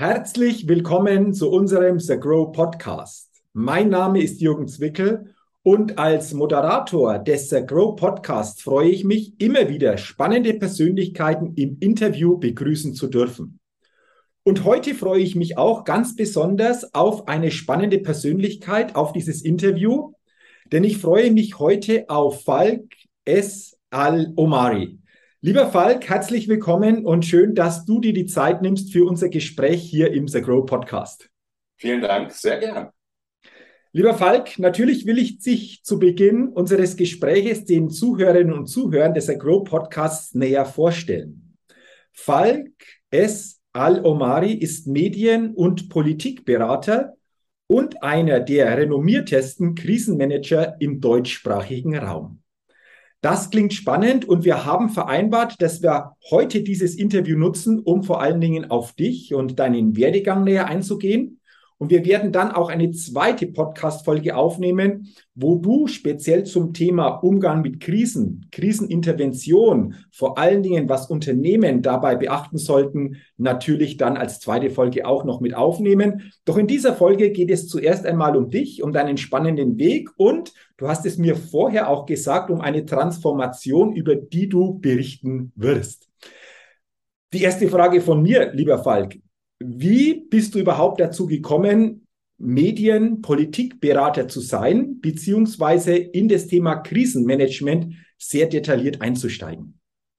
Herzlich willkommen zu unserem The Grow Podcast. Mein Name ist Jürgen Zwickel und als Moderator des The Grow Podcast freue ich mich, immer wieder spannende Persönlichkeiten im Interview begrüßen zu dürfen. Und heute freue ich mich auch ganz besonders auf eine spannende Persönlichkeit, auf dieses Interview, denn ich freue mich heute auf Falk S. Al-Omari. Lieber Falk, herzlich willkommen und schön, dass du dir die Zeit nimmst für unser Gespräch hier im The Grow Podcast. Vielen Dank, sehr gern. Lieber Falk, natürlich will ich dich zu Beginn unseres Gespräches den Zuhörerinnen und Zuhörern des The Grow Podcasts näher vorstellen. Falk S. Al-Omari ist Medien- und Politikberater und einer der renommiertesten Krisenmanager im deutschsprachigen Raum. Das klingt spannend und wir haben vereinbart, dass wir heute dieses Interview nutzen, um vor allen Dingen auf dich und deinen Werdegang näher einzugehen. Und wir werden dann auch eine zweite Podcast-Folge aufnehmen, wo du speziell zum Thema Umgang mit Krisen, Krisenintervention, vor allen Dingen, was Unternehmen dabei beachten sollten, natürlich dann als zweite Folge auch noch mit aufnehmen. Doch in dieser Folge geht es zuerst einmal um dich, um deinen spannenden Weg und du hast es mir vorher auch gesagt, um eine Transformation, über die du berichten wirst. Die erste Frage von mir, lieber Falk. Wie bist du überhaupt dazu gekommen, Politikberater zu sein, beziehungsweise in das Thema Krisenmanagement sehr detailliert einzusteigen?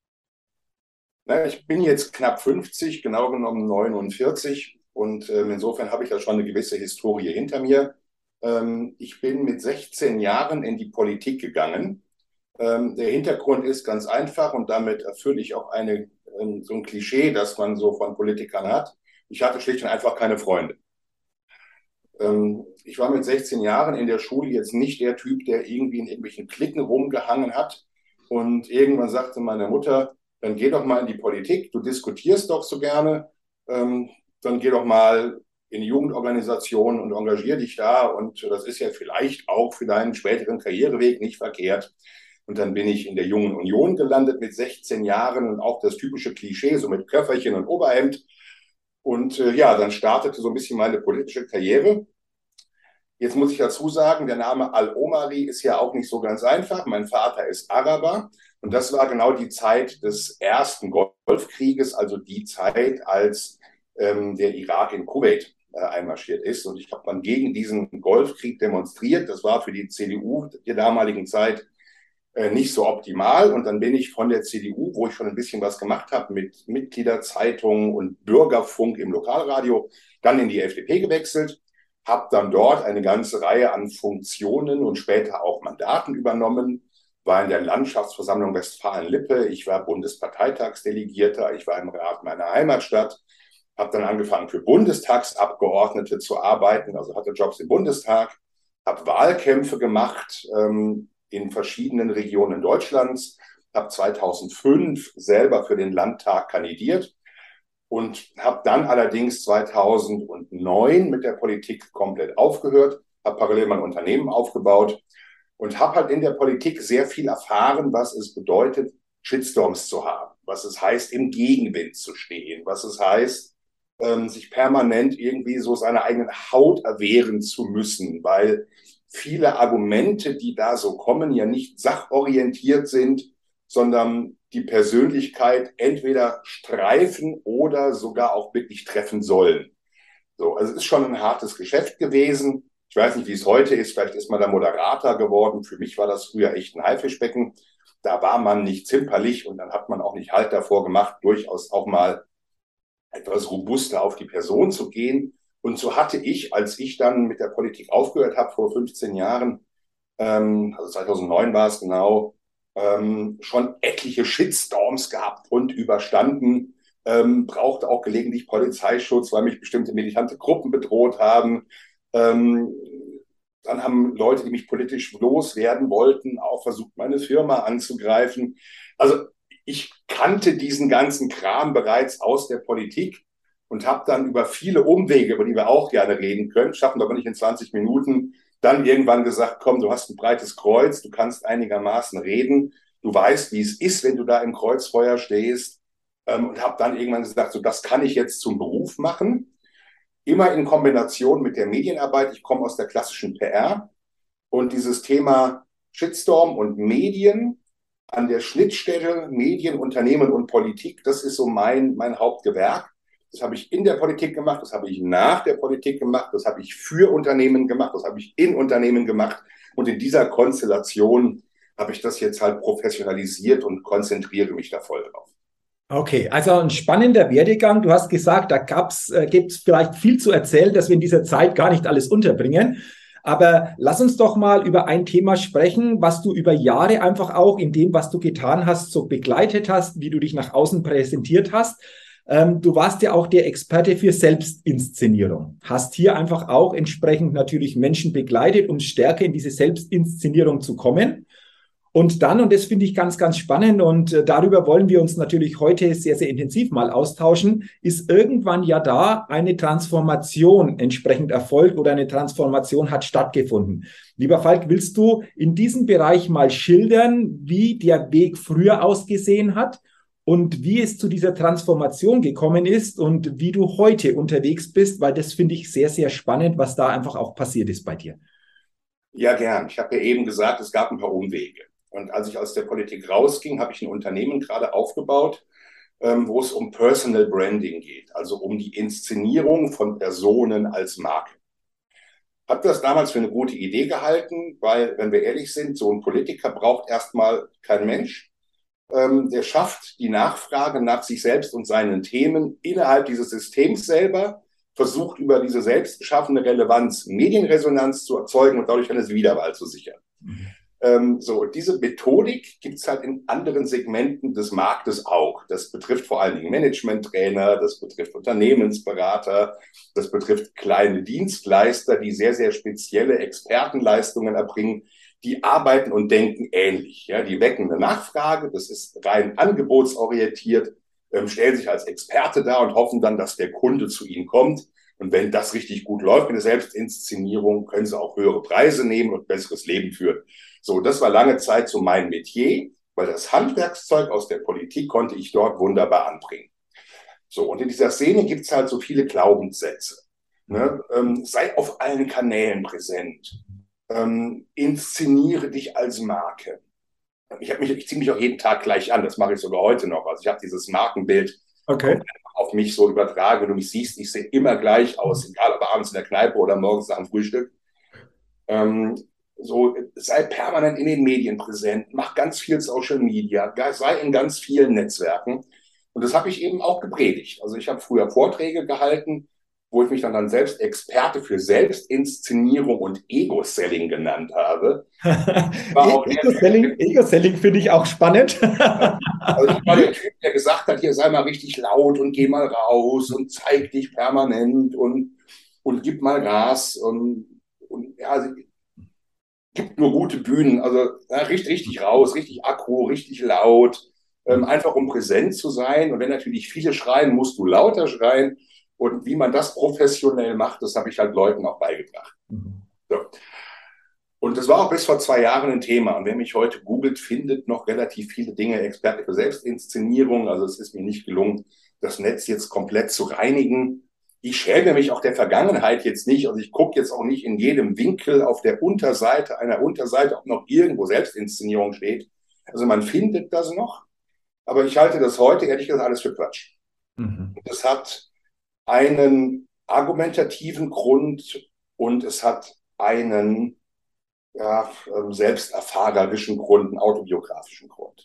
Na, ich bin jetzt knapp 50, genau genommen 49 und insofern habe ich ja schon eine gewisse Historie hinter mir. Ich bin mit 16 Jahren in die Politik gegangen. Der Hintergrund ist ganz einfach und damit erfülle ich auch so ein Klischee, das man so von Politikern hat. Ich hatte schlicht und einfach keine Freunde. Ich war mit 16 Jahren in der Schule jetzt nicht der Typ, der irgendwie in irgendwelchen Cliquen rumgehangen hat. Und irgendwann sagte meine Mutter, dann geh doch mal in die Politik, du diskutierst doch so gerne, dann geh doch mal in die Jugendorganisation und engagier dich da. Und das ist ja vielleicht auch für deinen späteren Karriereweg nicht verkehrt. Und dann bin ich in der Jungen Union gelandet mit 16 Jahren und auch das typische Klischee, so mit Köfferchen und Oberhemd. Und ja, dann startete so ein bisschen meine politische Karriere. Jetzt muss ich dazu sagen, der Name Al-Omari ist ja auch nicht so ganz einfach. Mein Vater ist Araber und das war genau die Zeit des ersten Golfkrieges, also die Zeit, als der Irak in Kuwait einmarschiert ist. Und ich habe dann gegen diesen Golfkrieg demonstriert. Das war für die CDU der damaligen Zeit nicht so optimal. Und dann bin ich von der CDU, wo ich schon ein bisschen was gemacht habe mit Mitgliederzeitungen und Bürgerfunk im Lokalradio, dann in die FDP gewechselt, habe dann dort eine ganze Reihe an Funktionen und später auch Mandaten übernommen, war in der Landschaftsversammlung Westfalen-Lippe, ich war Bundesparteitagsdelegierter, ich war im Rat meiner Heimatstadt, habe dann angefangen für Bundestagsabgeordnete zu arbeiten, also hatte Jobs im Bundestag, habe Wahlkämpfe gemacht in verschiedenen Regionen Deutschlands, habe 2005 selber für den Landtag kandidiert und habe dann allerdings 2009 mit der Politik komplett aufgehört, habe parallel mein Unternehmen aufgebaut und habe halt in der Politik sehr viel erfahren, was es bedeutet, Shitstorms zu haben, was es heißt, im Gegenwind zu stehen, was es heißt, sich permanent irgendwie so seiner eigenen Haut erwehren zu müssen, weil viele Argumente, die da so kommen, ja nicht sachorientiert sind, sondern die Persönlichkeit entweder streifen oder sogar auch wirklich treffen sollen. So, also es ist schon ein hartes Geschäft gewesen. Ich weiß nicht, wie es heute ist. Vielleicht ist man da Moderator geworden. Für mich war das früher echt ein Haifischbecken. Da war man nicht zimperlich und dann hat man auch nicht Halt davor gemacht, durchaus auch mal etwas robuster auf die Person zu gehen. Und so hatte ich, als ich dann mit der Politik aufgehört habe vor 15 Jahren, also 2009 war es genau, schon etliche Shitstorms gehabt und überstanden, brauchte auch gelegentlich Polizeischutz, weil mich bestimmte militante Gruppen bedroht haben. Ähm, Dann haben Leute, die mich politisch loswerden wollten, auch versucht, meine Firma anzugreifen. Also ich kannte diesen ganzen Kram bereits aus der Politik und habe dann über viele Umwege, über die wir auch gerne reden können, schaffen wir aber nicht in 20 Minuten, dann irgendwann gesagt, komm, du hast ein breites Kreuz, du kannst einigermaßen reden, du weißt, wie es ist, wenn du da im Kreuzfeuer stehst und habe dann irgendwann gesagt, so das kann ich jetzt zum Beruf machen immer in Kombination mit der Medienarbeit. Ich komme aus der klassischen PR und dieses Thema Shitstorm und Medien an der Schnittstelle Medien, Unternehmen und Politik, das ist so mein Hauptgewerk. Das habe ich in der Politik gemacht, das habe ich nach der Politik gemacht, das habe ich für Unternehmen gemacht, das habe ich in Unternehmen gemacht. Und in dieser Konstellation habe ich das jetzt halt professionalisiert und konzentriere mich da voll drauf. Okay, also ein spannender Werdegang. Du hast gesagt, da gibt es vielleicht viel zu erzählen, dass wir in dieser Zeit gar nicht alles unterbringen. Aber lass uns doch mal über ein Thema sprechen, was du über Jahre einfach auch in dem, was du getan hast, so begleitet hast, wie du dich nach außen präsentiert hast. Du warst ja auch der Experte für Selbstinszenierung, hast hier einfach auch entsprechend natürlich Menschen begleitet, um stärker in diese Selbstinszenierung zu kommen. Und dann, und das finde ich ganz, ganz spannend und darüber wollen wir uns natürlich heute sehr, sehr intensiv mal austauschen, ist irgendwann ja da eine Transformation entsprechend erfolgt oder eine Transformation hat stattgefunden. Lieber Falk, willst du in diesem Bereich mal schildern, wie der Weg früher ausgesehen hat und wie es zu dieser Transformation gekommen ist und wie du heute unterwegs bist, weil das finde ich sehr, sehr spannend, was da einfach auch passiert ist bei dir. Ja, gern. Ich habe ja eben gesagt, es gab ein paar Umwege. Und als ich aus der Politik rausging, habe ich ein Unternehmen gerade aufgebaut, wo es um Personal Branding geht, also um die Inszenierung von Personen als Marke. Habe das damals für eine gute Idee gehalten, weil, wenn wir ehrlich sind, so ein Politiker braucht erstmal kein Mensch. Der schafft die Nachfrage nach sich selbst und seinen Themen innerhalb dieses Systems selber, versucht über diese selbst geschaffene Relevanz Medienresonanz zu erzeugen und dadurch eine Wiederwahl zu sichern. So, diese Methodik gibt es halt in anderen Segmenten des Marktes auch. Das betrifft vor allen Dingen Management-Trainer, das betrifft Unternehmensberater, das betrifft kleine Dienstleister, die sehr, sehr spezielle Expertenleistungen erbringen. Die arbeiten und denken ähnlich. Ja, die wecken eine Nachfrage, das ist rein angebotsorientiert, stellen sich als Experte dar und hoffen dann, dass der Kunde zu ihnen kommt. Und wenn das richtig gut läuft mit der Selbstinszenierung, können sie auch höhere Preise nehmen und besseres Leben führen. So, das war lange Zeit so mein Metier, weil das Handwerkszeug aus der Politik konnte ich dort wunderbar anbringen. So, und in dieser Szene gibt es halt so viele Glaubenssätze. Ne? Sei auf allen Kanälen präsent. Inszeniere dich als Marke. Ich ziehe mich auch jeden Tag gleich an, das mache ich sogar heute noch. Also ich habe dieses Markenbild Okay. auf mich so übertragen. Wenn du mich siehst, ich sehe immer gleich aus, egal ob abends in der Kneipe oder morgens nach dem Frühstück. So, sei permanent in den Medien präsent, mach ganz viel Social Media, sei in ganz vielen Netzwerken. Und das habe ich eben auch gepredigt. Also ich habe früher Vorträge gehalten, wo ich mich dann selbst Experte für Selbstinszenierung und Ego-Selling genannt habe. Ego-Selling finde ich auch spannend. Also ich war der Typ, der gesagt hat, hier sei mal richtig laut und geh mal raus und zeig dich permanent und gib mal Gas und ja, also, gibt nur gute Bühnen, also ja, richtig raus, richtig Akku, richtig laut, einfach um präsent zu sein. Und wenn natürlich viele schreien, musst du lauter schreien. Und wie man das professionell macht, das habe ich halt Leuten auch beigebracht. So. Und das war auch bis vor 2 Jahren ein Thema. Und wer mich heute googelt, findet noch relativ viele Dinge, Experte für Selbstinszenierung. Also es ist mir nicht gelungen, das Netz jetzt komplett zu reinigen. Ich schäme mich auch der Vergangenheit jetzt nicht. Also ich gucke jetzt auch nicht in jedem Winkel auf der Unterseite einer Unterseite, ob noch irgendwo Selbstinszenierung steht. Also man findet das noch. Aber ich halte das heute ehrlich gesagt alles für Quatsch. Das hat einen argumentativen Grund und es hat einen selbsterfahrerischen Grund, einen autobiografischen Grund.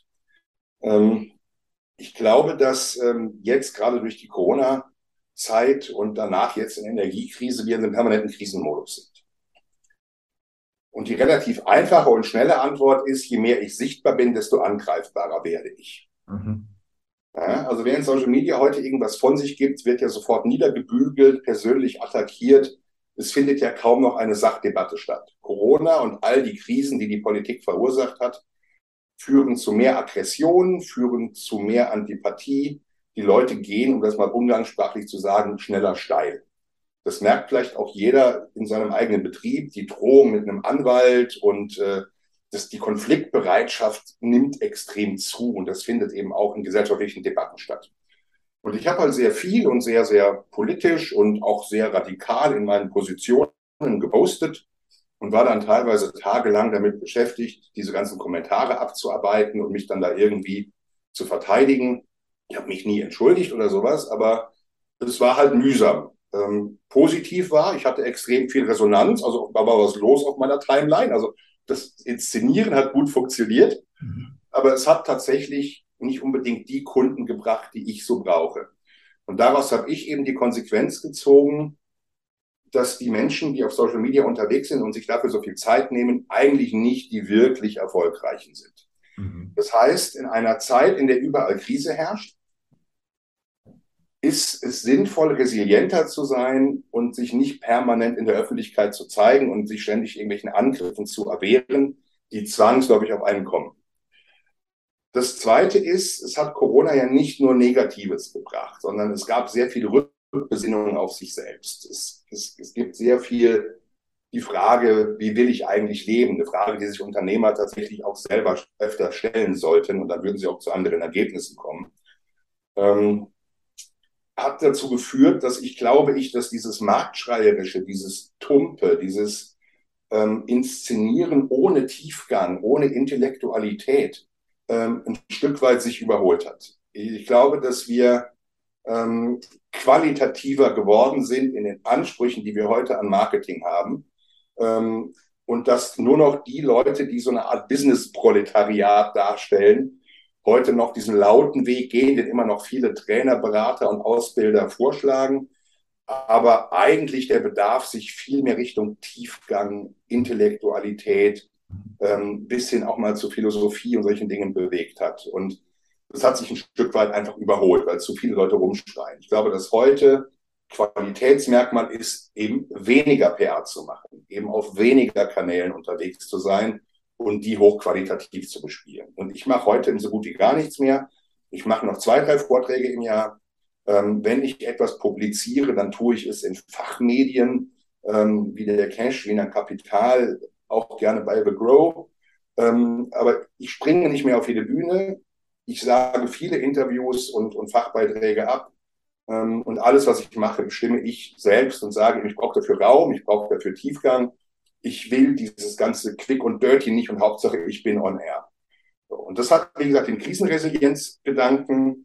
Ich glaube, dass jetzt gerade durch die Corona-Zeit und danach jetzt in der Energiekrise wir in einem permanenten Krisenmodus sind. Und die relativ einfache und schnelle Antwort ist, je mehr ich sichtbar bin, desto angreifbarer werde ich. Ja, also wer in Social Media heute irgendwas von sich gibt, wird ja sofort niedergebügelt, persönlich attackiert. Es findet ja kaum noch eine Sachdebatte statt. Corona und all die Krisen, die die Politik verursacht hat, führen zu mehr Aggression, führen zu mehr Antipathie. Die Leute gehen, um das mal umgangssprachlich zu sagen, schneller steil. Das merkt vielleicht auch jeder in seinem eigenen Betrieb. Die Drohung mit einem Anwalt und die Konfliktbereitschaft nimmt extrem zu. Und das findet eben auch in gesellschaftlichen Debatten statt. Und ich habe halt sehr viel und sehr, sehr politisch und auch sehr radikal in meinen Positionen gepostet und war dann teilweise tagelang damit beschäftigt, diese ganzen Kommentare abzuarbeiten und mich dann da irgendwie zu verteidigen. Ich habe mich nie entschuldigt oder sowas, aber es war halt mühsam. Positiv war, ich hatte extrem viel Resonanz, also da war was los auf meiner Timeline. Also das Inszenieren hat gut funktioniert, aber es hat tatsächlich nicht unbedingt die Kunden gebracht, die ich so brauche. Und daraus habe ich eben die Konsequenz gezogen, dass die Menschen, die auf Social Media unterwegs sind und sich dafür so viel Zeit nehmen, eigentlich nicht die wirklich Erfolgreichen sind. Mhm. Das heißt, in einer Zeit, in der überall Krise herrscht, ist es sinnvoll, resilienter zu sein und sich nicht permanent in der Öffentlichkeit zu zeigen und sich ständig irgendwelchen Angriffen zu erwehren, die zwangsläufig auf einen kommen. Das Zweite ist, es hat Corona ja nicht nur Negatives gebracht, sondern es gab sehr viele Rückbesinnungen auf sich selbst. Es gibt sehr viel die Frage, wie will ich eigentlich leben? Eine Frage, die sich Unternehmer tatsächlich auch selber öfter stellen sollten, und dann würden sie auch zu anderen Ergebnissen kommen. Hat dazu geführt, dass dass dieses Marktschreierische, dieses Tumpe, dieses Inszenieren ohne Tiefgang, ohne Intellektualität ein Stück weit sich überholt hat. Ich glaube, dass wir qualitativer geworden sind in den Ansprüchen, die wir heute an Marketing haben. Und dass nur noch die Leute, die so eine Art Business-Proletariat darstellen, heute noch diesen lauten Weg gehen, den immer noch viele Trainer, Berater und Ausbilder vorschlagen. Aber eigentlich der Bedarf sich viel mehr Richtung Tiefgang, Intellektualität, bis hin auch mal zu Philosophie und solchen Dingen bewegt hat. Und das hat sich ein Stück weit einfach überholt, weil zu viele Leute rumschreien. Ich glaube, dass heute Qualitätsmerkmal ist, eben weniger PR zu machen, eben auf weniger Kanälen unterwegs zu sein und die hochqualitativ zu bespielen. Und ich mache heute so gut wie gar nichts mehr. Ich mache noch 2, 3 Vorträge im Jahr. Wenn ich etwas publiziere, dann tue ich es in Fachmedien, wie der Cash, wie der Kapital, auch gerne bei The Grow. Aber ich springe nicht mehr auf jede Bühne. Ich sage viele Interviews und Fachbeiträge ab. Und alles, was ich mache, bestimme ich selbst und sage, ich brauche dafür Raum, ich brauche dafür Tiefgang. Ich will dieses ganze Quick und Dirty nicht und Hauptsache, ich bin on air. So, und das hat, wie gesagt, den Krisenresilienz-Gedanken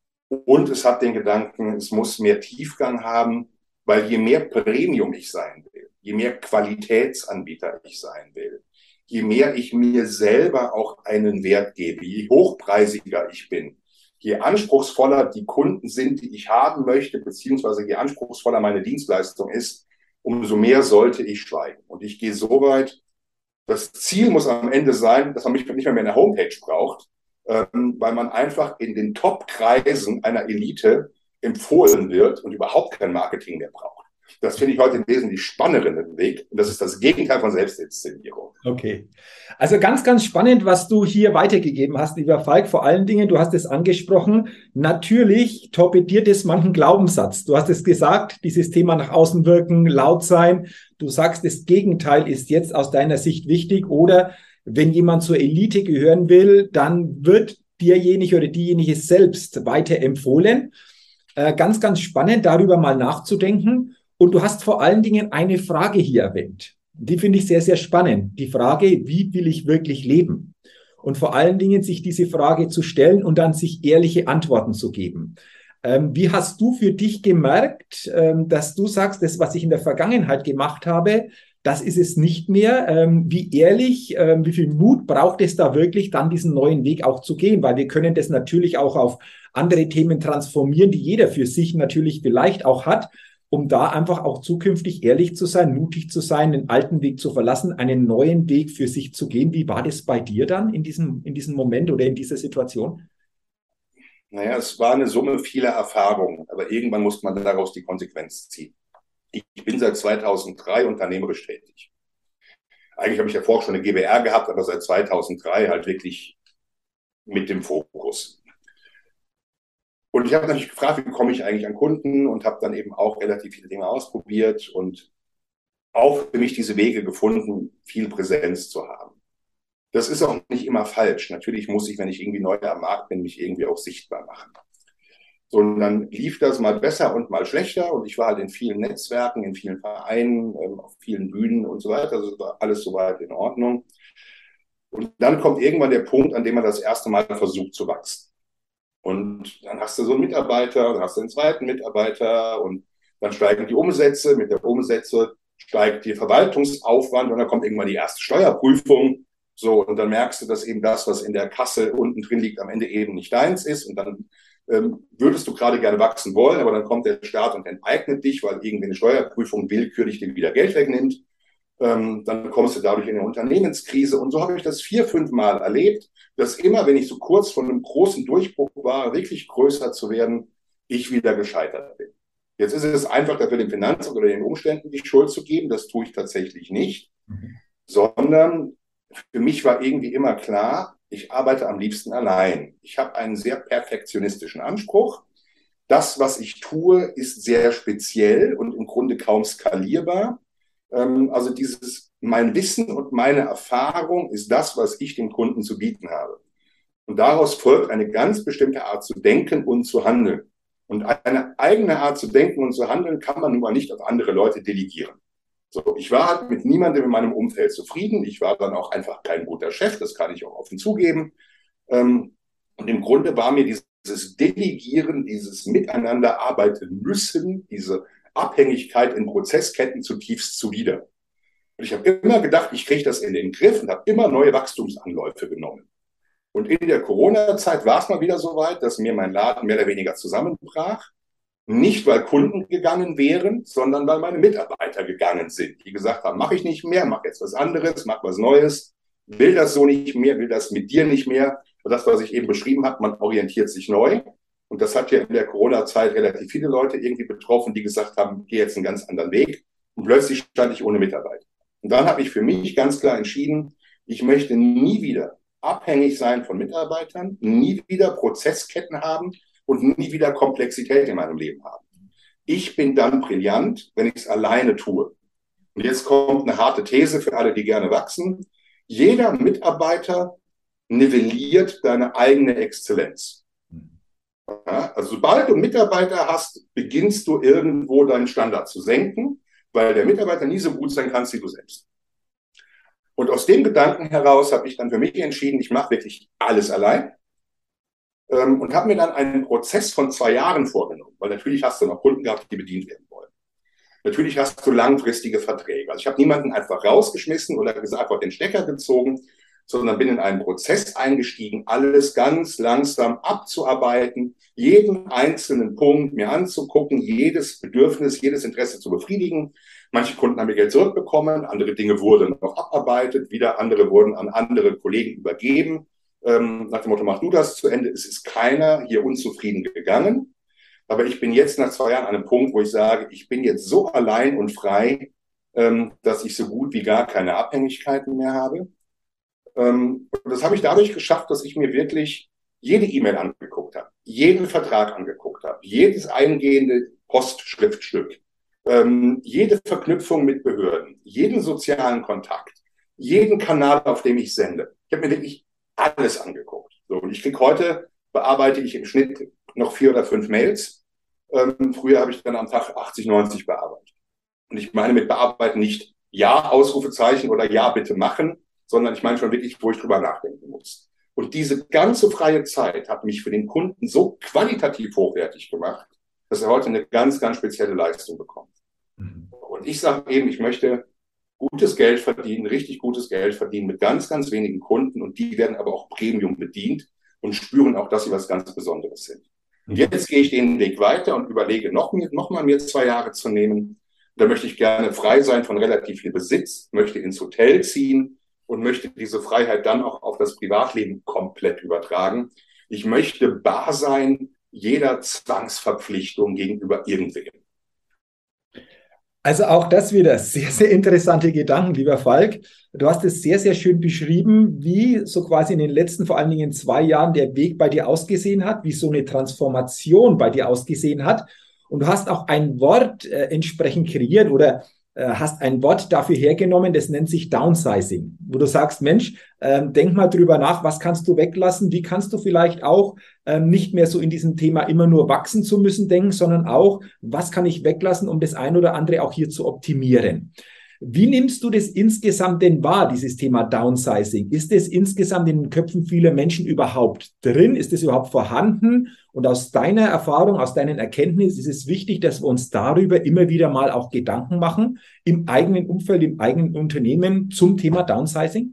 und es hat den Gedanken, es muss mehr Tiefgang haben, weil je mehr Premium ich sein will, je mehr Qualitätsanbieter ich sein will, je mehr ich mir selber auch einen Wert gebe, je hochpreisiger ich bin, je anspruchsvoller die Kunden sind, die ich haben möchte, beziehungsweise je anspruchsvoller meine Dienstleistung ist, umso mehr sollte ich schweigen. Und ich gehe so weit, das Ziel muss am Ende sein, dass man mich nicht mehr eine Homepage braucht, weil man einfach in den Top-Kreisen einer Elite empfohlen wird und überhaupt kein Marketing mehr braucht. Das finde ich heute einen wesentlich spannenderen Weg. Und das ist das Gegenteil von Selbstinszenierung. Okay. Also ganz, ganz spannend, was du hier weitergegeben hast, lieber Falk. Vor allen Dingen, du hast es angesprochen, natürlich torpediert es manchen Glaubenssatz. Du hast es gesagt, dieses Thema nach außen wirken, laut sein. Du sagst, das Gegenteil ist jetzt aus deiner Sicht wichtig. Oder wenn jemand zur Elite gehören will, dann wird derjenige oder diejenige selbst weiterempfohlen. Ganz, ganz spannend, darüber mal nachzudenken. Und du hast vor allen Dingen eine Frage hier erwähnt. Die finde ich sehr, sehr spannend. Die Frage, wie will ich wirklich leben? Und vor allen Dingen sich diese Frage zu stellen und dann sich ehrliche Antworten zu geben. Wie hast du für dich gemerkt, dass du sagst, das, was ich in der Vergangenheit gemacht habe, das ist es nicht mehr? Wie ehrlich, wie viel Mut braucht es da wirklich, dann diesen neuen Weg auch zu gehen? Weil wir können das natürlich auch auf andere Themen transformieren, die jeder für sich natürlich vielleicht auch hat, um da einfach auch zukünftig ehrlich zu sein, mutig zu sein, den alten Weg zu verlassen, einen neuen Weg für sich zu gehen. Wie war das bei dir dann in diesem Moment oder in dieser Situation? Naja, es war eine Summe vieler Erfahrungen, aber irgendwann muss man daraus die Konsequenz ziehen. Ich bin seit 2003 unternehmerisch tätig. Eigentlich habe ich davor schon eine GbR gehabt, aber seit 2003 halt wirklich mit dem Fokus. Und ich habe natürlich gefragt, wie komme ich eigentlich an Kunden und habe dann eben auch relativ viele Dinge ausprobiert und auch für mich diese Wege gefunden, viel Präsenz zu haben. Das ist auch nicht immer falsch. Natürlich muss ich, wenn ich irgendwie neu am Markt bin, mich irgendwie auch sichtbar machen. So, und dann lief das mal besser und mal schlechter. Und ich war halt in vielen Netzwerken, in vielen Vereinen, auf vielen Bühnen und so weiter. Also war alles soweit in Ordnung. Und dann kommt irgendwann der Punkt, an dem man das erste Mal versucht zu wachsen. Und dann hast du so einen Mitarbeiter, dann hast du einen zweiten Mitarbeiter und dann steigen die Umsätze. Mit der Umsätze steigt der Verwaltungsaufwand und dann kommt irgendwann die erste Steuerprüfung. So, und dann merkst du, dass eben das, was in der Kasse unten drin liegt, am Ende eben nicht deins ist. Und dann würdest du gerade gerne wachsen wollen, aber dann kommt der Staat und enteignet dich, weil irgendwie eine Steuerprüfung willkürlich dir wieder Geld wegnimmt. Dann kommst du dadurch in eine Unternehmenskrise. Und so habe ich das 4, 5 Mal erlebt, dass immer, wenn ich so kurz vor einem großen Durchbruch war, wirklich größer zu werden, ich wieder gescheitert bin. Jetzt ist es einfach dafür, dem Finanzamt oder den Umständen die Schuld zu geben. Das tue ich tatsächlich nicht, sondern für mich war irgendwie immer klar, ich arbeite am liebsten allein. Ich habe einen sehr perfektionistischen Anspruch. Das, was ich tue, ist sehr speziell und im Grunde kaum skalierbar. Also mein Wissen und meine Erfahrung ist das, was ich dem Kunden zu bieten habe. Und daraus folgt eine ganz bestimmte Art zu denken und zu handeln. Und eine eigene Art zu denken und zu handeln kann man nun mal nicht auf andere Leute delegieren. So, ich war halt mit niemandem in meinem Umfeld zufrieden. Ich war dann auch einfach kein guter Chef, das kann ich auch offen zugeben. Und im Grunde war mir dieses Delegieren, dieses Miteinander arbeiten müssen, diese Abhängigkeit in Prozessketten zutiefst zuwider. Und ich habe immer gedacht, ich kriege das in den Griff und habe immer neue Wachstumsanläufe genommen. Und in der Corona-Zeit war es mal wieder so weit, dass mir mein Laden mehr oder weniger zusammenbrach. Nicht, weil Kunden gegangen wären, sondern weil meine Mitarbeiter gegangen sind, die gesagt haben, mache ich nicht mehr, mache jetzt was anderes, mache was Neues, will das so nicht mehr, will das mit dir nicht mehr. Und das, was ich eben beschrieben habe, man orientiert sich neu. Und das hat ja in der Corona-Zeit relativ viele Leute irgendwie betroffen, die gesagt haben, geh jetzt einen ganz anderen Weg. Und plötzlich stand ich ohne Mitarbeiter. Und dann habe ich für mich ganz klar entschieden, ich möchte nie wieder abhängig sein von Mitarbeitern, nie wieder Prozessketten haben und nie wieder Komplexität in meinem Leben haben. Ich bin dann brillant, wenn ich es alleine tue. Und jetzt kommt eine harte These für alle, die gerne wachsen. Jeder Mitarbeiter nivelliert deine eigene Exzellenz. Ja, also sobald du Mitarbeiter hast, beginnst du irgendwo deinen Standard zu senken, weil der Mitarbeiter nie so gut sein kann wie du selbst. Und aus dem Gedanken heraus habe ich dann für mich entschieden, ich mache wirklich alles allein. Und habe mir dann einen Prozess von 2 Jahren vorgenommen, weil natürlich hast du noch Kunden gehabt, die bedient werden wollen. Natürlich hast du langfristige Verträge. Also ich habe niemanden einfach rausgeschmissen oder gesagt, einfach den Stecker gezogen, sondern bin in einen Prozess eingestiegen, alles ganz langsam abzuarbeiten, jeden einzelnen Punkt mir anzugucken, jedes Bedürfnis, jedes Interesse zu befriedigen. Manche Kunden haben ihr Geld zurückbekommen, andere Dinge wurden noch abarbeitet, wieder andere wurden an andere Kollegen übergeben. Nach dem Motto, mach du das zu Ende. Es ist keiner hier unzufrieden gegangen. Aber ich bin jetzt nach 2 Jahren an einem Punkt, wo ich sage, ich bin jetzt so allein und frei, dass ich so gut wie gar keine Abhängigkeiten mehr habe. Und das habe ich dadurch geschafft, dass ich mir wirklich jede E-Mail angeguckt habe, jeden Vertrag angeguckt habe, jedes eingehende Postschriftstück, jede Verknüpfung mit Behörden, jeden sozialen Kontakt, jeden Kanal, auf dem ich sende. Ich habe mir wirklich alles angeguckt. So, und bearbeite ich im Schnitt noch 4 oder 5 Mails. Früher habe ich dann am Tag 80, 90 bearbeitet. Und ich meine mit bearbeiten nicht ja, Ausrufezeichen oder ja, bitte machen, sondern ich meine schon wirklich, wo ich drüber nachdenken muss. Und diese ganze freie Zeit hat mich für den Kunden so qualitativ hochwertig gemacht, dass er heute eine ganz, ganz spezielle Leistung bekommt. Und ich sage eben, ich möchte gutes Geld verdienen, richtig gutes Geld verdienen mit ganz, ganz wenigen Kunden und die werden aber auch Premium bedient und spüren auch, dass sie was ganz Besonderes sind. Und jetzt gehe ich den Weg weiter und überlege, noch mal mir 2 Jahre zu nehmen. Da möchte ich gerne frei sein von relativ viel Besitz, möchte ins Hotel ziehen und möchte diese Freiheit dann auch auf das Privatleben komplett übertragen. Ich möchte bar sein jeder Zwangsverpflichtung gegenüber irgendwem. Also auch das wieder sehr, sehr interessante Gedanken, lieber Falk. Du hast es sehr, sehr schön beschrieben, wie so quasi in den letzten, vor allen Dingen 2 Jahren, der Weg bei dir ausgesehen hat, wie so eine Transformation bei dir ausgesehen hat. Und du hast auch ein Wort entsprechend kreiert oder hast ein Wort dafür hergenommen, das nennt sich Downsizing, wo du sagst, Mensch, denk mal drüber nach, was kannst du weglassen, wie kannst du vielleicht auch nicht mehr so in diesem Thema immer nur wachsen zu müssen denken, sondern auch, was kann ich weglassen, um das ein oder andere auch hier zu optimieren. Wie nimmst du das insgesamt denn wahr, dieses Thema Downsizing? Ist es insgesamt in den Köpfen vieler Menschen überhaupt drin? Ist es überhaupt vorhanden? Und aus deiner Erfahrung, aus deinen Erkenntnissen ist es wichtig, dass wir uns darüber immer wieder mal auch Gedanken machen, im eigenen Umfeld, im eigenen Unternehmen zum Thema Downsizing?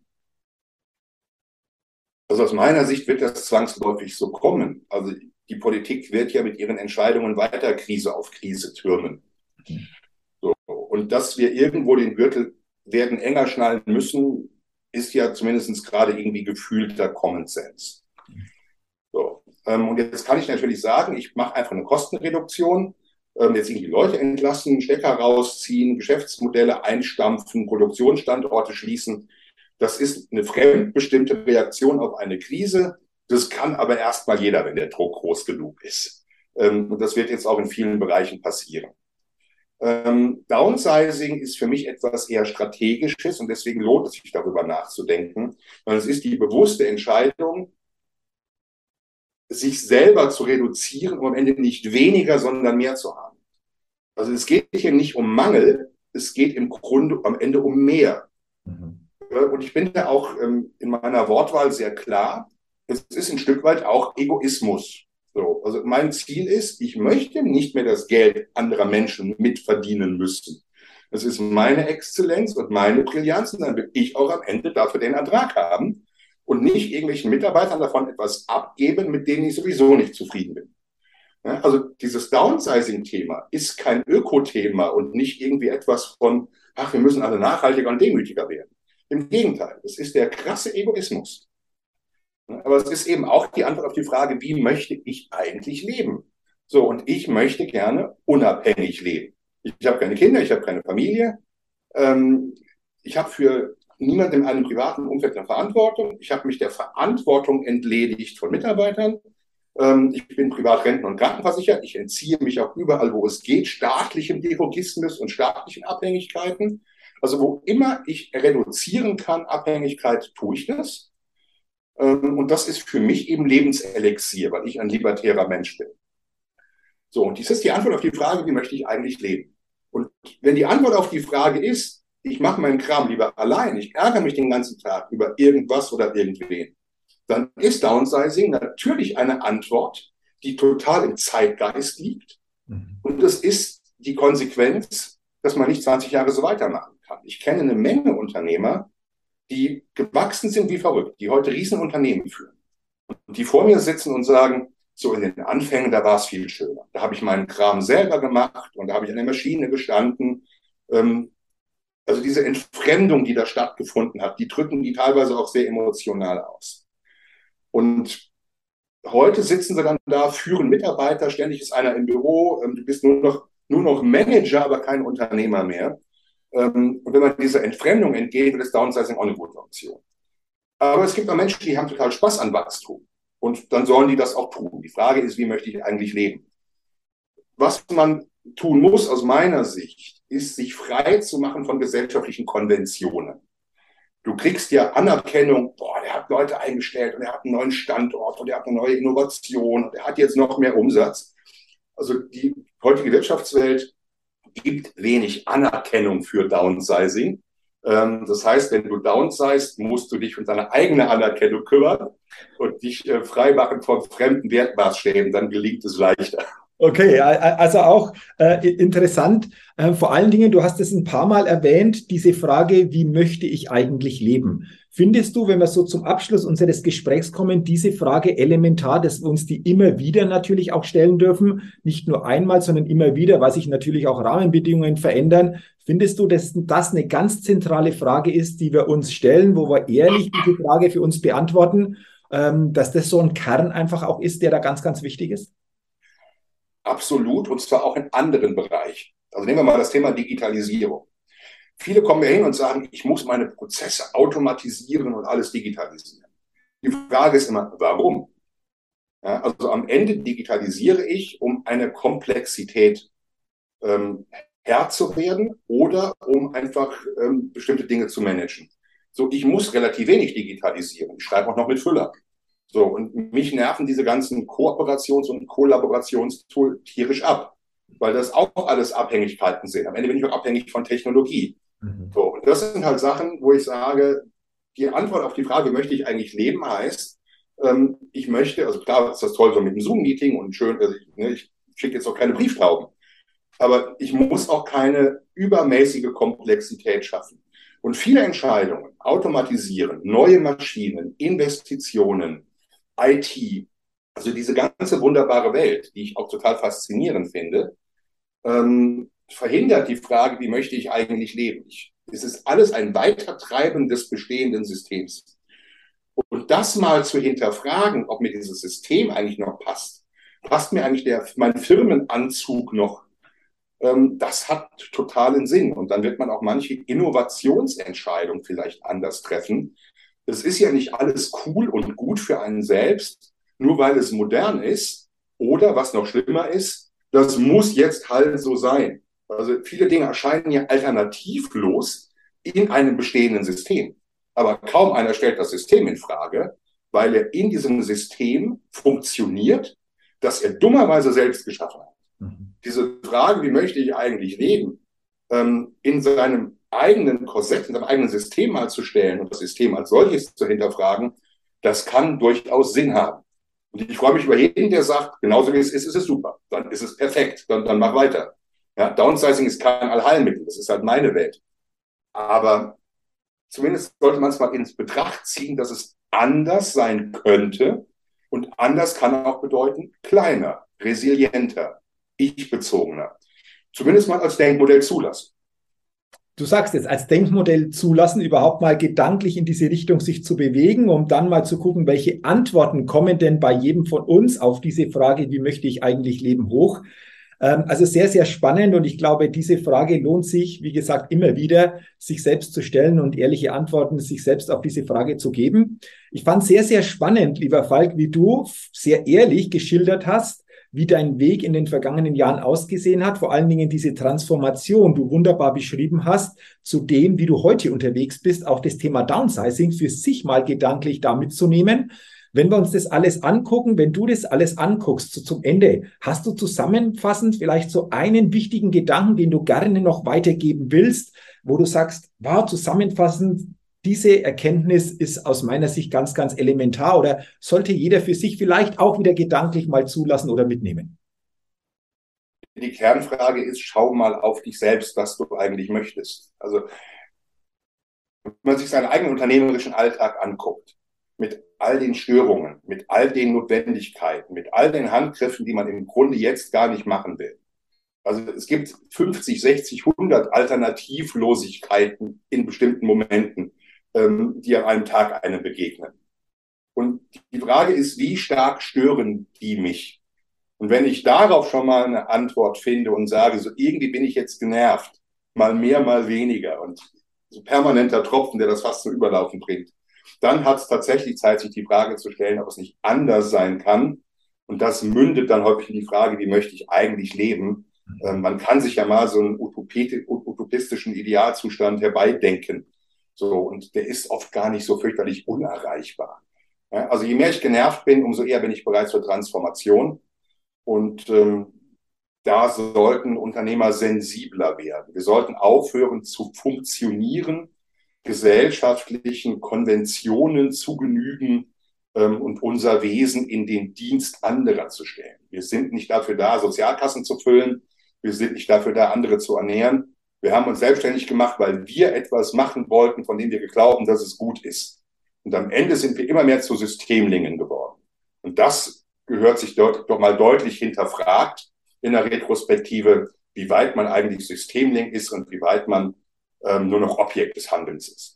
Also aus meiner Sicht wird das zwangsläufig so kommen. Also die Politik wird ja mit ihren Entscheidungen weiter Krise auf Krise türmen. So. Und dass wir irgendwo den Gürtel werden enger schnallen müssen, ist ja zumindest gerade irgendwie gefühlter Common Sense. So. Und jetzt kann ich natürlich sagen, ich mache einfach eine Kostenreduktion, jetzt irgendwie Leute entlassen, Stecker rausziehen, Geschäftsmodelle einstampfen, Produktionsstandorte schließen. Das ist eine fremdbestimmte Reaktion auf eine Krise. Das kann aber erstmal jeder, wenn der Druck groß genug ist. Und das wird jetzt auch in vielen Bereichen passieren. Downsizing ist für mich etwas eher Strategisches und deswegen lohnt es sich, darüber nachzudenken. Weil es ist die bewusste Entscheidung, sich selber zu reduzieren, um am Ende nicht weniger, sondern mehr zu haben. Also es geht hier nicht um Mangel, es geht im Grunde am Ende um mehr. Und ich bin da auch in meiner Wortwahl sehr klar. Es ist ein Stück weit auch Egoismus. So, also mein Ziel ist, ich möchte nicht mehr das Geld anderer Menschen mitverdienen müssen. Das ist meine Exzellenz und meine Brillanz und dann will ich auch am Ende dafür den Ertrag haben und nicht irgendwelchen Mitarbeitern davon etwas abgeben, mit denen ich sowieso nicht zufrieden bin. Ja, also dieses Downsizing-Thema ist kein Ökothema und nicht irgendwie etwas von, ach, wir müssen alle nachhaltiger und demütiger werden. Im Gegenteil, es ist der krasse Egoismus. Aber es ist eben auch die Antwort auf die Frage, wie möchte ich eigentlich leben? So, und ich möchte gerne unabhängig leben. Ich habe keine Kinder, ich habe keine Familie. Ich habe für niemanden in einem privaten Umfeld eine Verantwortung. Ich habe mich der Verantwortung entledigt von Mitarbeitern. Ich bin privat renten- und krankenversichert. Ich entziehe mich auch überall, wo es geht, staatlichem Derogismus und staatlichen Abhängigkeiten. Also wo immer ich reduzieren kann, Abhängigkeit, tue ich das. Und das ist für mich eben Lebenselixier, weil ich ein libertärer Mensch bin. So, und dies ist die Antwort auf die Frage, wie möchte ich eigentlich leben? Und wenn die Antwort auf die Frage ist, ich mache meinen Kram lieber allein, ich ärgere mich den ganzen Tag über irgendwas oder irgendwen, dann ist Downsizing natürlich eine Antwort, die total im Zeitgeist liegt. Und das ist die Konsequenz, dass man nicht 20 Jahre so weitermachen kann. Ich kenne eine Menge Unternehmer, die gewachsen sind wie verrückt, die heute Riesenunternehmen führen und die vor mir sitzen und sagen, so in den Anfängen, da war es viel schöner. Da habe ich meinen Kram selber gemacht und da habe ich an der Maschine gestanden. Also diese Entfremdung, die da stattgefunden hat, die drücken die teilweise auch sehr emotional aus. Und heute sitzen sie dann da, führen Mitarbeiter, ständig ist einer im Büro, du bist nur noch Manager, aber kein Unternehmer mehr. Und wenn man dieser Entfremdung entgeht, ist Downsizing auch eine gute Option. Aber es gibt auch Menschen, die haben total Spaß an Wachstum. Und dann sollen die das auch tun. Die Frage ist, wie möchte ich eigentlich leben? Was man tun muss aus meiner Sicht, ist, sich frei zu machen von gesellschaftlichen Konventionen. Du kriegst ja Anerkennung, boah, der hat Leute eingestellt und er hat einen neuen Standort und er hat eine neue Innovation und er hat jetzt noch mehr Umsatz. Also die heutige Wirtschaftswelt gibt wenig Anerkennung für Downsizing. Das heißt, wenn du downsizest, musst du dich um deine eigene Anerkennung kümmern und dich frei machen von fremden Wertmaßstäben, dann gelingt es leichter. Okay, also auch interessant. Vor allen Dingen, du hast es ein paar Mal erwähnt, diese Frage, wie möchte ich eigentlich leben? Findest du, wenn wir so zum Abschluss unseres Gesprächs kommen, diese Frage elementar, dass wir uns die immer wieder natürlich auch stellen dürfen? Nicht nur einmal, sondern immer wieder, weil sich natürlich auch Rahmenbedingungen verändern. Findest du, dass das eine ganz zentrale Frage ist, die wir uns stellen, wo wir ehrlich diese Frage für uns beantworten, dass das so ein Kern einfach auch ist, der da ganz, ganz wichtig ist? Absolut, und zwar auch in anderen Bereichen. Also nehmen wir mal das Thema Digitalisierung. Viele kommen mir hin und sagen, ich muss meine Prozesse automatisieren und alles digitalisieren. Die Frage ist immer, warum? Ja, also am Ende digitalisiere ich, um eine Komplexität Herr zu werden oder um einfach bestimmte Dinge zu managen. So, ich muss relativ wenig digitalisieren. Ich schreibe auch noch mit Füller. So, und mich nerven diese ganzen Kooperations- und Kollaborationstools tierisch ab, weil das auch alles Abhängigkeiten sind. Am Ende bin ich auch abhängig von Technologie. Mhm. So, und das sind halt Sachen, wo ich sage, die Antwort auf die Frage, möchte ich eigentlich leben, heißt, ich möchte, also klar ist das toll so mit einem Zoom-Meeting und schön, also ich schicke jetzt auch keine Brieftauben, aber ich muss auch keine übermäßige Komplexität schaffen. Und viele Entscheidungen, automatisieren, neue Maschinen, Investitionen, IT, also diese ganze wunderbare Welt, die ich auch total faszinierend finde, verhindert die Frage, wie möchte ich eigentlich leben? Es ist alles ein Weitertreiben des bestehenden Systems. Und das mal zu hinterfragen, ob mir dieses System eigentlich noch passt, passt mir eigentlich mein Firmenanzug noch, das hat totalen Sinn. Und dann wird man auch manche Innovationsentscheidungen vielleicht anders treffen. Es ist ja nicht alles cool und gut für einen selbst, nur weil es modern ist. Oder was noch schlimmer ist, das muss jetzt halt so sein. Also viele Dinge erscheinen ja alternativlos in einem bestehenden System. Aber kaum einer stellt das System in Frage, weil er in diesem System funktioniert, das er dummerweise selbst geschaffen hat. Mhm. Diese Frage, wie möchte ich eigentlich leben, in seinem eigenen Korsett, in seinem eigenen System mal zu stellen und das System als solches zu hinterfragen, das kann durchaus Sinn haben. Und ich freue mich über jeden, der sagt, genauso wie es ist es super. Dann ist es perfekt. Dann mach weiter. Ja, Downsizing ist kein Allheilmittel. Das ist halt meine Welt. Aber zumindest sollte man es mal ins Betracht ziehen, dass es anders sein könnte. Und anders kann auch bedeuten kleiner, resilienter, ich-bezogener. Zumindest mal als Denkmodell zulassen. Du sagst jetzt, als Denkmodell zulassen, überhaupt mal gedanklich in diese Richtung sich zu bewegen, um dann mal zu gucken, welche Antworten kommen denn bei jedem von uns auf diese Frage, wie möchte ich eigentlich leben, hoch. Also sehr, sehr spannend und ich glaube, diese Frage lohnt sich, wie gesagt, immer wieder, sich selbst zu stellen und ehrliche Antworten sich selbst auf diese Frage zu geben. Ich fand sehr, sehr spannend, lieber Falk, wie du sehr ehrlich geschildert hast, wie dein Weg in den vergangenen Jahren ausgesehen hat, vor allen Dingen diese Transformation, du wunderbar beschrieben hast, zu dem, wie du heute unterwegs bist, auch das Thema Downsizing für sich mal gedanklich da mitzunehmen. Wenn wir uns das alles angucken, wenn du das alles anguckst, so zum Ende, hast du zusammenfassend vielleicht so einen wichtigen Gedanken, den du gerne noch weitergeben willst, wo du sagst, wow, zusammenfassend, diese Erkenntnis ist aus meiner Sicht ganz, ganz elementar oder sollte jeder für sich vielleicht auch wieder gedanklich mal zulassen oder mitnehmen? Die Kernfrage ist, schau mal auf dich selbst, was du eigentlich möchtest. Also, wenn man sich seinen eigenen unternehmerischen Alltag anguckt, mit all den Störungen, mit all den Notwendigkeiten, mit all den Handgriffen, die man im Grunde jetzt gar nicht machen will. Also es gibt 50, 60, 100 Alternativlosigkeiten in bestimmten Momenten, die an einem Tag einem begegnen. Und die Frage ist, wie stark stören die mich? Und wenn ich darauf schon mal eine Antwort finde und sage, so irgendwie bin ich jetzt genervt, mal mehr, mal weniger und so permanenter Tropfen, der das fast zum Überlaufen bringt, dann hat es tatsächlich Zeit, sich die Frage zu stellen, ob es nicht anders sein kann. Und das mündet dann häufig in die Frage, wie möchte ich eigentlich leben? Man kann sich ja mal so einen utopistischen Idealzustand herbeidenken. So, und der ist oft gar nicht so fürchterlich unerreichbar. Ja, also je mehr ich genervt bin, umso eher bin ich bereit zur Transformation. Und da sollten Unternehmer sensibler werden. Wir sollten aufhören zu funktionieren, gesellschaftlichen Konventionen zu genügen und unser Wesen in den Dienst anderer zu stellen. Wir sind nicht dafür da, Sozialkassen zu füllen. Wir sind nicht dafür da, andere zu ernähren. Wir haben uns selbstständig gemacht, weil wir etwas machen wollten, von dem wir glauben, dass es gut ist. Und am Ende sind wir immer mehr zu Systemlingen geworden. Und das gehört sich dort doch mal deutlich hinterfragt in der Retrospektive, wie weit man eigentlich Systemling ist und wie weit man nur noch Objekt des Handelns ist.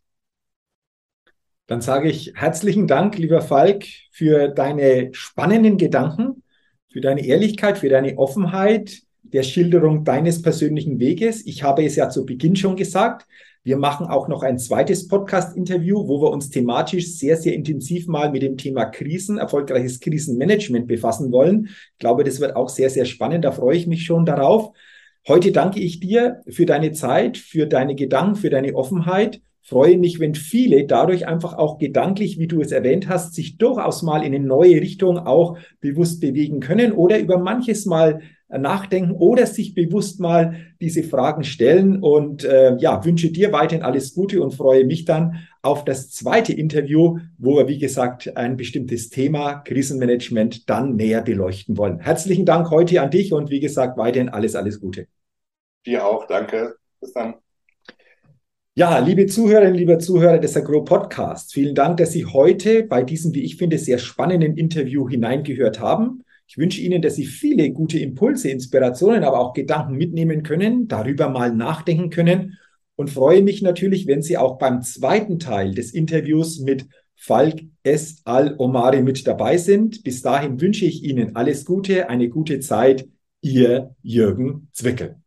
Dann sage ich herzlichen Dank, lieber Falk, für deine spannenden Gedanken, für deine Ehrlichkeit, für deine Offenheit, der Schilderung deines persönlichen Weges. Ich habe es ja zu Beginn schon gesagt, wir machen auch noch ein zweites Podcast-Interview, wo wir uns thematisch sehr, sehr intensiv mal mit dem Thema Krisen, erfolgreiches Krisenmanagement befassen wollen. Ich glaube, das wird auch sehr, sehr spannend. Da freue ich mich schon darauf. Heute danke ich dir für deine Zeit, für deine Gedanken, für deine Offenheit. Freue mich, wenn viele dadurch einfach auch gedanklich, wie du es erwähnt hast, sich durchaus mal in eine neue Richtung auch bewusst bewegen können oder über manches mal nachdenken oder sich bewusst mal diese Fragen stellen. Und ja, wünsche dir weiterhin alles Gute und freue mich dann auf das zweite Interview, wo wir, wie gesagt, ein bestimmtes Thema Krisenmanagement dann näher beleuchten wollen. Herzlichen Dank heute an dich und wie gesagt, weiterhin alles Gute. Dir auch, danke. Bis dann. Ja, liebe Zuhörerinnen, liebe Zuhörer des Agro Podcasts, vielen Dank, dass Sie heute bei diesem, wie ich finde, sehr spannenden Interview hineingehört haben. Ich wünsche Ihnen, dass Sie viele gute Impulse, Inspirationen, aber auch Gedanken mitnehmen können, darüber mal nachdenken können und freue mich natürlich, wenn Sie auch beim zweiten Teil des Interviews mit Falk S. Al-Omari mit dabei sind. Bis dahin wünsche ich Ihnen alles Gute, eine gute Zeit. Ihr Jürgen Zwickel.